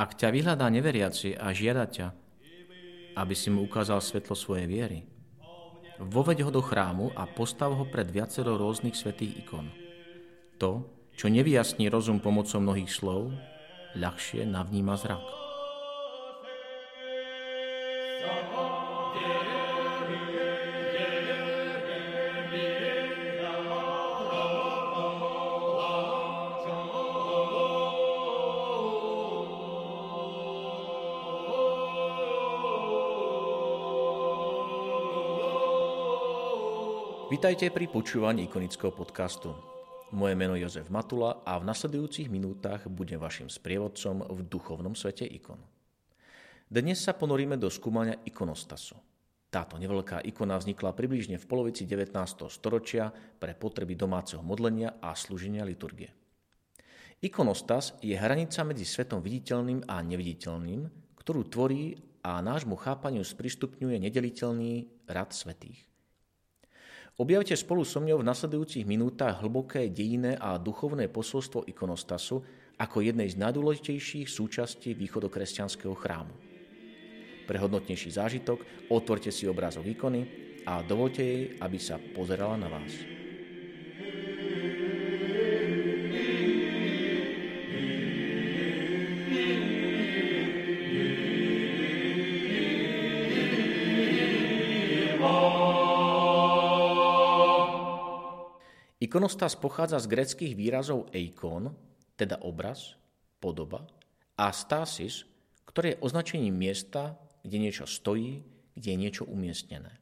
Ak ťa vyhľadá neveriaci a žiada ťa, aby si mu ukázal svetlo svojej viery, voveď ho do chrámu a postav ho pred viacero rôznych svätých ikon. To, čo nevyjasní rozum pomocou mnohých slov, ľahšie navníma zrak. Vitajte pri počúvaní ikonického podcastu. Moje meno je Jozef Matula a v nasledujúcich minútach budem vašim sprievodcom v duchovnom svete ikon. Dnes sa ponoríme do skúmania ikonostasu. Táto neveľká ikona vznikla približne v polovici 19. storočia pre potreby domáceho modlenia a slúženia liturgie. Ikonostas je hranica medzi svetom viditeľným a neviditeľným, ktorú tvorí a nášmu chápaniu sprístupňuje nedeliteľný rad svätých. Objavte spolu so mňou v nasledujúcich minútach hlboké dejinné a duchovné posolstvo ikonostasu ako jednej z najdôležitejších súčastí východokresťanského chrámu. Pre hodnotnejší zážitok otvorte si obrázok ikony a dovoľte jej, aby sa pozerala na vás. Ikonostas pochádza z gréckych výrazov eikon, teda obraz, podoba, a stasis, ktoré je označením miesta, kde niečo stojí, kde je niečo umiestnené.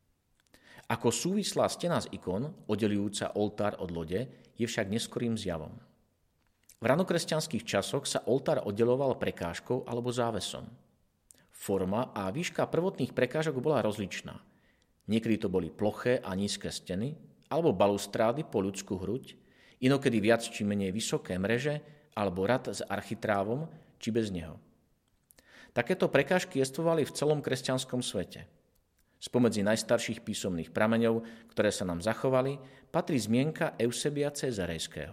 Ako súvislá stena z ikon, oddeľujúca oltár od lode, je však neskorým zjavom. V ranokresťanských časoch sa oltár oddeľoval prekážkou alebo závesom. Forma a výška prvotných prekážok bola rozličná. Niekedy to boli ploché a nízke steny, alebo balustrády po ľudskú hruď, inokedy viac či menej vysoké mreže, alebo rad s architrávom, či bez neho. Takéto prekážky jestvovali v celom kresťanskom svete. Spomedzi najstarších písomných prameňov, ktoré sa nám zachovali, patrí zmienka Eusebia Cezarejského.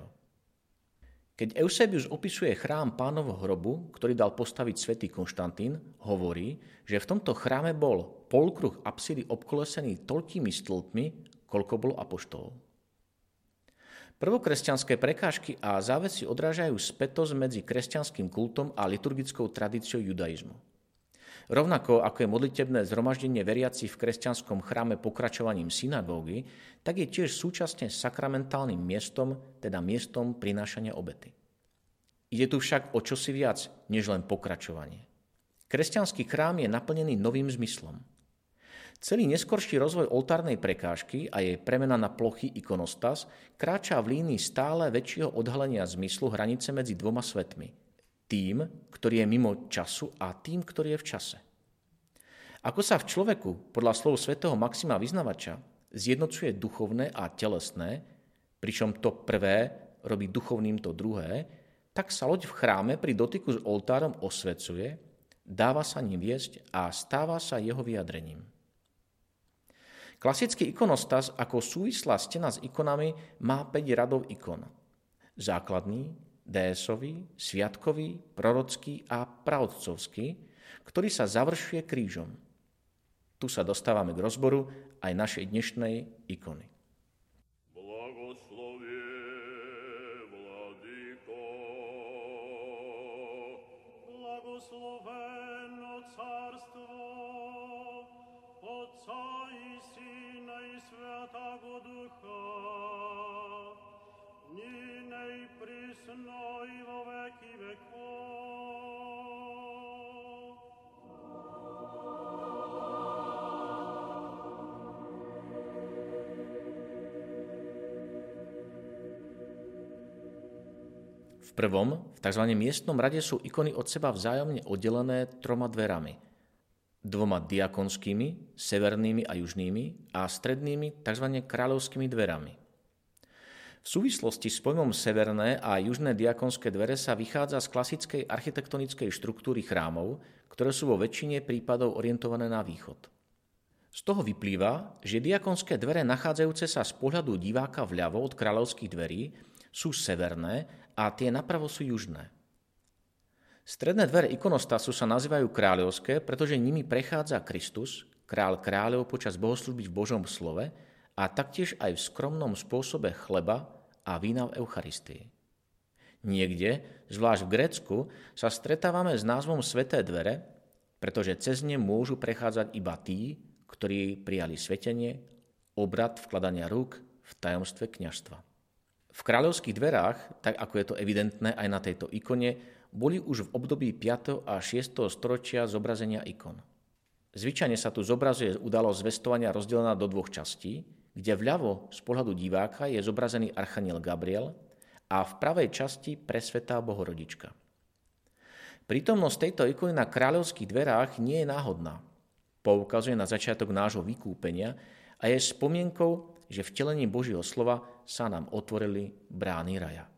Keď Eusebius opisuje chrám Pánovho hrobu, ktorý dal postaviť svätý Konštantín, hovorí, že v tomto chráme bol polkruh apsidy obkolesený toľkými stĺpmi, koľko bolo apoštolov. Prvokresťanské prekážky a závesy odrážajú spätosť medzi kresťanským kultom a liturgickou tradíciou judaizmu. Rovnako ako je modlitebné zhromaždenie veriacich v kresťanskom chráme pokračovaním synagógy, tak je tiež súčasne sakramentálnym miestom, teda miestom prinášania obety. Ide tu však o čosi viac, než len pokračovanie. Kresťanský chrám je naplnený novým zmyslom. Celý neskorší rozvoj oltárnej prekážky a jej premena na plochy ikonostas kráča v línii stále väčšieho odhalenia zmyslu hranice medzi dvoma svetmi. Tým, ktorý je mimo času a tým, ktorý je v čase. Ako sa v človeku, podľa slov svätého Maxima Vyznavača, zjednocuje duchovné a telesné, pričom to prvé robí duchovným to druhé, tak sa loď v chráme pri dotyku s oltárom osvecuje, dáva sa ním viesť a stáva sa jeho vyjadrením. Klasický ikonostas ako súvislá stena s ikonami má 5 radov ikon. Základný, déesový, sviatkový, prorocký a praotcovský, ktorý sa završuje krížom. Tu sa dostávame k rozboru aj našej dnešnej ikony. Blagosloveno carstvo Otca i Syna i Svätého Ducha, nyní i prisno i vo veky vekov. V prvom, v tzv. Miestnom rade sú ikony od seba vzájomne oddelené 3 dverami. 2 diakonskými, severnými a južnými a strednými tzv. Kráľovskými dverami. V súvislosti s pojmom severné a južné diakonské dvere sa vychádza z klasickej architektonickej štruktúry chrámov, ktoré sú vo väčšine prípadov orientované na východ. Z toho vyplýva, že diakonské dvere nachádzajúce sa z pohľadu diváka vľavo od kráľovských dverí sú severné a tie napravo sú južné. Stredné dvere ikonostasu sa nazývajú kráľovské, pretože nimi prechádza Kristus, kráľ kráľov počas bohoslužby v Božom slove a taktiež aj v skromnom spôsobe chleba a vína v Eucharistii. Niekde, zvlášť v Grécku, sa stretávame s názvom Sväté dvere, pretože cez ne môžu prechádzať iba tí, ktorí prijali svätenie, obrad vkladania rúk v tajomstve kňazstva. V kráľovských dverách, tak ako je to evidentné aj na tejto ikone, boli už v období 5. a 6. storočia zobrazenia ikon. Zvyčajne sa tu zobrazuje udalosť zvestovania rozdelená do dvoch častí, kde vľavo z pohľadu diváka je zobrazený archaniel Gabriel a v pravej časti presvätá Bohorodička. Prítomnosť tejto ikony na kráľovských dverách nie je náhodná. Poukazuje na začiatok nášho vykúpenia a je spomienkou, že vtelením Božieho slova sa nám otvorili brány raja.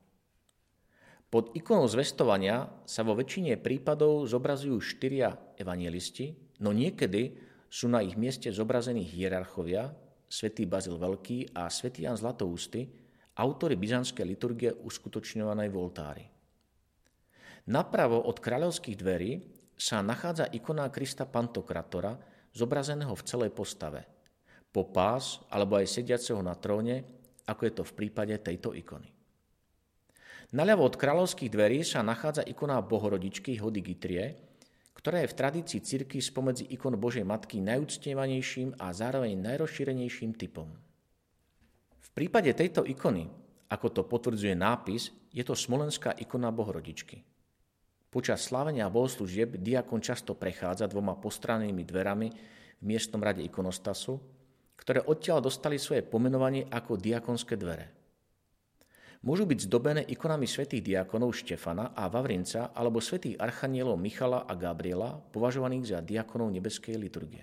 Pod ikonou zvestovania sa vo väčšine prípadov zobrazujú 4 evanjelisti, no niekedy sú na ich mieste zobrazení hierarchovia, svätý Bazil Veľký a svätý Ján Zlatoústy, autori byzantskej liturgie uskutočňovanej v oltári. Napravo od kráľovských dverí sa nachádza ikona Krista Pantokratora, zobrazeného v celej postave, po pás alebo aj sediaceho na tróne, ako je to v prípade tejto ikony. Naľavo od kráľovských dverí sa nachádza ikona Bohorodičky Hodigitrie, ktorá je v tradícii cirkvi spomedzi ikon Božej Matky najúctievanejším a zároveň najrozšírenejším typom. V prípade tejto ikony, ako to potvrdzuje nápis, je to smolenská ikona Bohorodičky. Počas slávenia bohoslúžieb diakon často prechádza 2 postrannými dverami v miestnom rade ikonostasu, ktoré odtiaľ dostali svoje pomenovanie ako diakonské dvere. Môžu byť zdobené ikonami svätých diakonov Štefana a Vavrinca alebo svätých archanielov Michala a Gabriela, považovaných za diakonov nebeskej liturgie.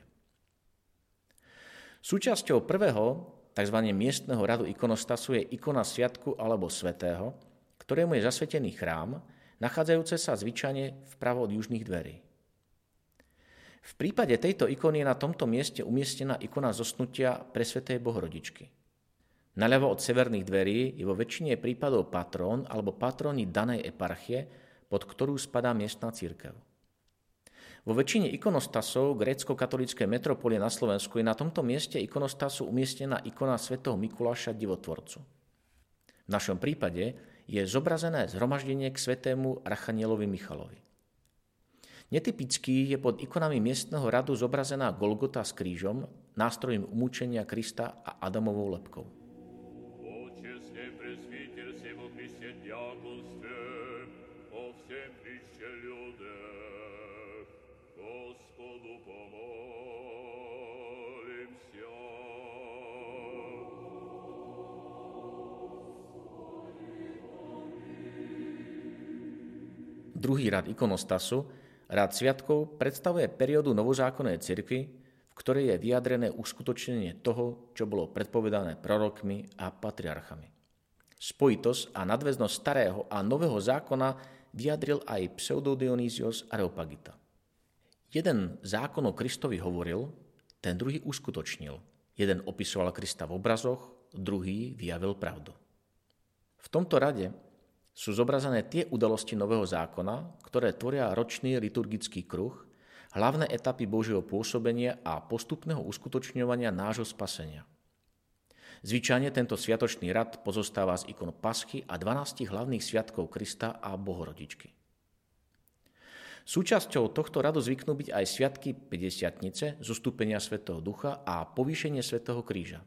Súčasťou prvého, tzv. Miestneho radu ikonostasu je ikona sviatku alebo svätého, ktorému je zasvetený chrám, nachádzajúce sa zvyčajne vpravo od južných dverí. V prípade tejto ikony je na tomto mieste umiestnená ikona zosnutia presvätej Bohorodičky. Naľavo od severných dverí je vo väčšine prípadov patrón alebo patróni danej eparchie, pod ktorú spadá miestna cirkev. Vo väčšine ikonostasov grécko-katolíckej metropolie na Slovensku je na tomto mieste ikonostasu umiestnená ikona svätého Mikuláša Divotvorcu. V našom prípade je zobrazené zhromaždenie k svätému archanielovi Michalovi. Netypický je pod ikonami miestneho radu zobrazená Golgota s krížom, nástrojom umúčenia Krista a Adamovou lebkou. Druhý rad ikonostasu, rad sviatkov, predstavuje periódu novozákonnej cirkvi, v ktorej je vyjadrené uskutočnenie toho, čo bolo predpovedané prorokmi a patriarchami. Spojitosť a nadväznosť starého a nového zákona vyjadril aj Pseudodionýzios Areopagita. Jeden zákon o Kristovi hovoril, ten druhý uskutočnil. Jeden opisoval Krista v obrazoch, druhý vyjavil pravdu. V tomto rade sú zobrazené tie udalosti nového zákona, ktoré tvoria ročný liturgický kruh, hlavné etapy Božieho pôsobenia a postupného uskutočňovania nášho spasenia. Zvyčajne tento sviatočný rad pozostáva z ikon Paschy a 12 hlavných sviatkov Krista a Bohorodičky. Súčasťou tohto radu zvyknú byť aj sviatky Päťdesiatnice, zostúpenia Svätého Ducha a povýšenie Svätého Kríža.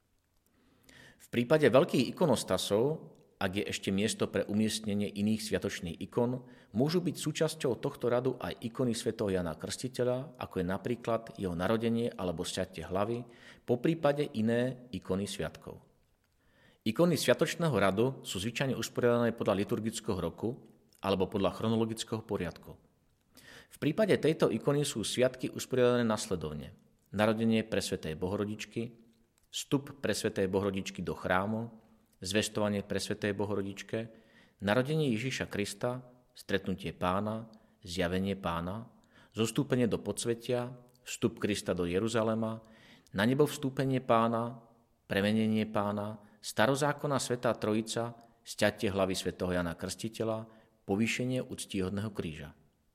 V prípade veľkých ikonostasov, ak je ešte miesto pre umiestnenie iných sviatočných ikon, môžu byť súčasťou tohto radu aj ikony svätého Jana Krstiteľa, ako je napríklad jeho narodenie alebo sťatie hlavy, poprípade iné ikony sviatkov. Ikony sviatočného radu sú zvyčajne usporiadané podľa liturgického roku alebo podľa chronologického poriadku. V prípade tejto ikony sú sviatky usporiadané nasledovne: narodenie presvätej Bohorodičky, vstup presvätej Bohorodičky do chrámu, zvestovanie presvätej Bohorodičke, narodenie Ježiša Krista, stretnutie Pána, zjavenie Pána, zostúpenie do podsvetia, vstup Krista do Jeruzalema, na nebo vstúpenie Pána, premenenie Pána, starozákonná svätá Trojica, sťatie hlavy svätého Jana Krstiteľa, povýšenie úctyhodného kríža.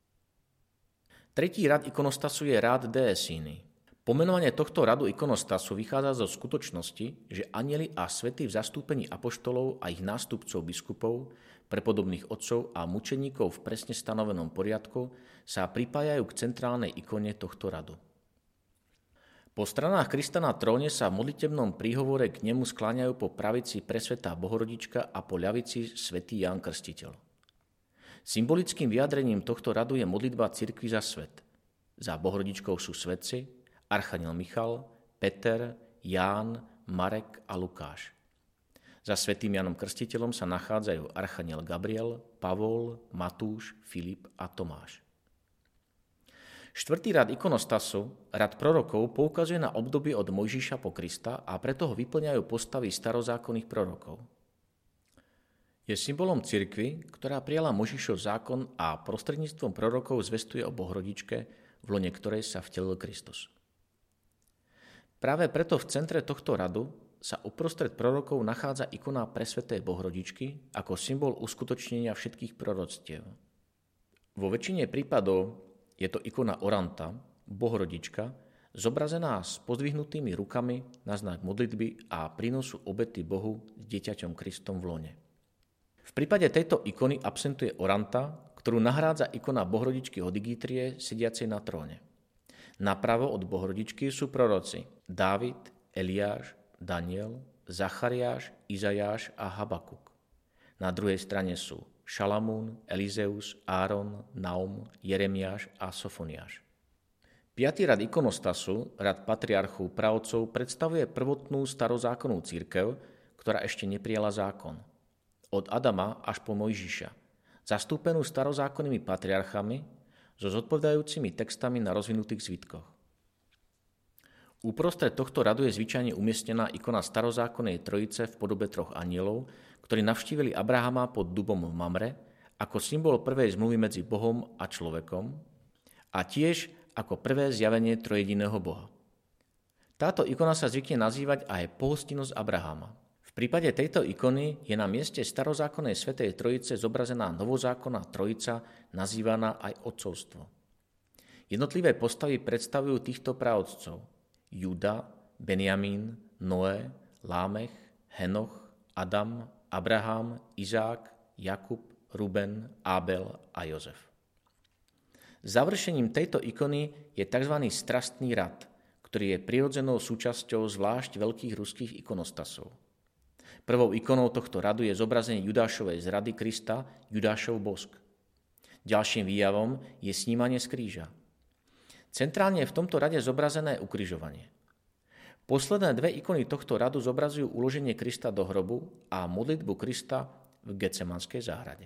Tretí rad ikonostasu je rád Deesíny. Pomenovanie tohto radu ikonostasu vychádza zo skutočnosti, že anjeli a svätí v zastúpení apoštolov a ich nástupcov biskupov, prepodobných otcov a mučeníkov v presne stanovenom poriadku sa pripájajú k centrálnej ikone tohto radu. Po stranách Krista na tróne sa v modlitebnom príhovore k nemu skláňajú po pravici presvätá Bohorodička a po ľavici svätý Ján Krstiteľ. Symbolickým vyjadrením tohto radu je modlitba cirkvi za svet. Za Bohorodičkou sú svätci Archaniel Michal, Peter, Ján, Marek a Lukáš. Za svätým Jánom Krstiteľom sa nachádzajú Archaniel Gabriel, Pavol, Matúš, Filip a Tomáš. Štvrtý rad ikonostasu, rad prorokov, poukazuje na obdobie od Mojžiša po Krista a preto ho vyplňajú postavy starozákonných prorokov. Je symbolom cirkvi, ktorá prijala Mojžišov zákon a prostredníctvom prorokov zvestuje o Bohorodičke, v lone ktorej sa vtelil Kristus. Práve preto v centre tohto radu sa uprostred prorokov nachádza ikona presvätej Bohorodičky ako symbol uskutočnenia všetkých proroctiev. Vo väčšine prípadov je to ikona Oranta, Bohorodička, zobrazená s pozdvihnutými rukami na znak modlitby a prínosu obety Bohu s dieťaťom Kristom v lone. V prípade tejto ikony absentuje Oranta, ktorú nahrádza ikona Bohorodičky od Igítrie sediacej na tróne. Napravo od Bohorodičky sú proroci Dávid, Eliáš, Daniel, Zachariáš, Izajáš a Habakuk. Na druhej strane sú Šalamún, Elizeus, Áron, Naum, Jeremiáš a Sofoniáš. Piatý rad ikonostasu, rad patriarchov pravcov, predstavuje prvotnú starozákonnú cirkev, ktorá ešte neprijala zákon. Od Adama až po Mojžiša, zastúpenú starozákonnými patriarchami so zodpovedajúcimi textami na rozvinutých zvitkoch. Uprostred tohto radu je zvyčajne umiestnená ikona starozákonnej trojice v podobe troch anjelov, ktorí navštívili Abrahama pod dubom v Mamre ako symbol prvej zmluvy medzi Bohom a človekom a tiež ako prvé zjavenie trojediného Boha. Táto ikona sa zvykne nazývať aj pohostinnosť Abrahama. V prípade tejto ikony je na mieste starozákonnej svätej trojice zobrazená novozákonná trojica nazývaná aj otcovstvo. Jednotlivé postavy predstavujú týchto praotcov: Juda, Benjamín, Noé, Lámech, Henoch, Adam, Abraham, Izák, Jakub, Ruben, Ábel a Jozef. Završením tejto ikony je tzv. Strastný rad, ktorý je prirodzenou súčasťou zvlášť veľkých ruských ikonostasov. Prvou ikonou tohto radu je zobrazenie Judášovej zrady Krista, Judášov bosk. Ďalším výjavom je snímanie z kríža. Centrálne je v tomto rade zobrazené ukrižovanie. Posledné dve ikony tohto radu zobrazujú uloženie Krista do hrobu a modlitbu Krista v Getsemanskej záhrade.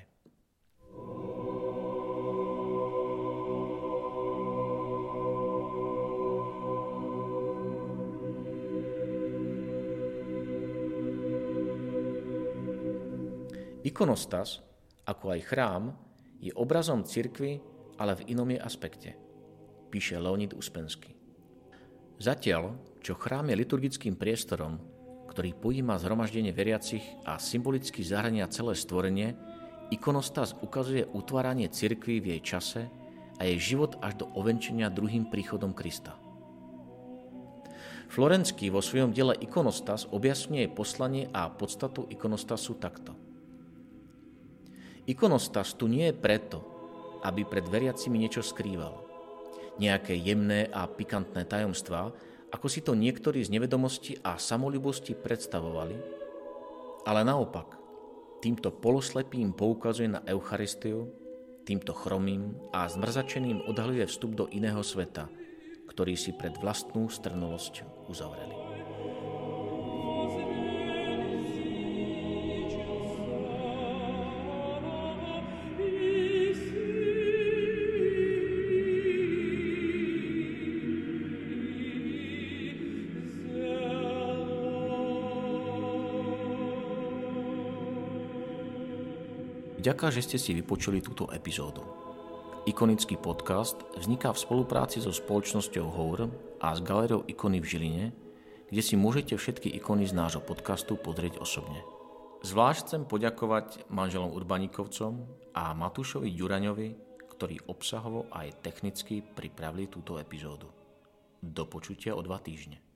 Ikonostas, ako aj chrám, je obrazom cirkvi, ale v inom je aspekte, píše Leonid Uspenský. Zatiaľ, čo chrám je liturgickým priestorom, ktorý pojíma zhromaždenie veriacich a symbolicky zahrania celé stvorenie, ikonostas ukazuje utváranie cirkvi v jej čase a jej život až do ovenčenia druhým príchodom Krista. Florenský vo svojom diele Ikonostas objasňuje poslanie a podstatu ikonostasu takto. Ikonostas tu nie je preto, aby pred veriacimi niečo skrýval. Nejaké jemné a pikantné tajomstvá, ako si to niektorí z nevedomosti a samolúbosti predstavovali, ale naopak, týmto poloslepým poukazuje na Eucharistiu, týmto chromým a zmrzačeným odhaľuje vstup do iného sveta, ktorý si pred vlastnú strnulosťou uzavreli. Ďakujem, že ste si vypočuli túto epizódu. Ikonický podcast vzniká v spolupráci so spoločnosťou Hour a s galériou Ikony v Žiline, kde si môžete všetky ikony z nášho podcastu pozrieť osobne. Zvlášť chcem poďakovať manželom Urbaníkovcom a Matúšovi Ďuraňovi, ktorí obsahovo aj technicky pripravili túto epizódu. Do počutia o 2 týždne.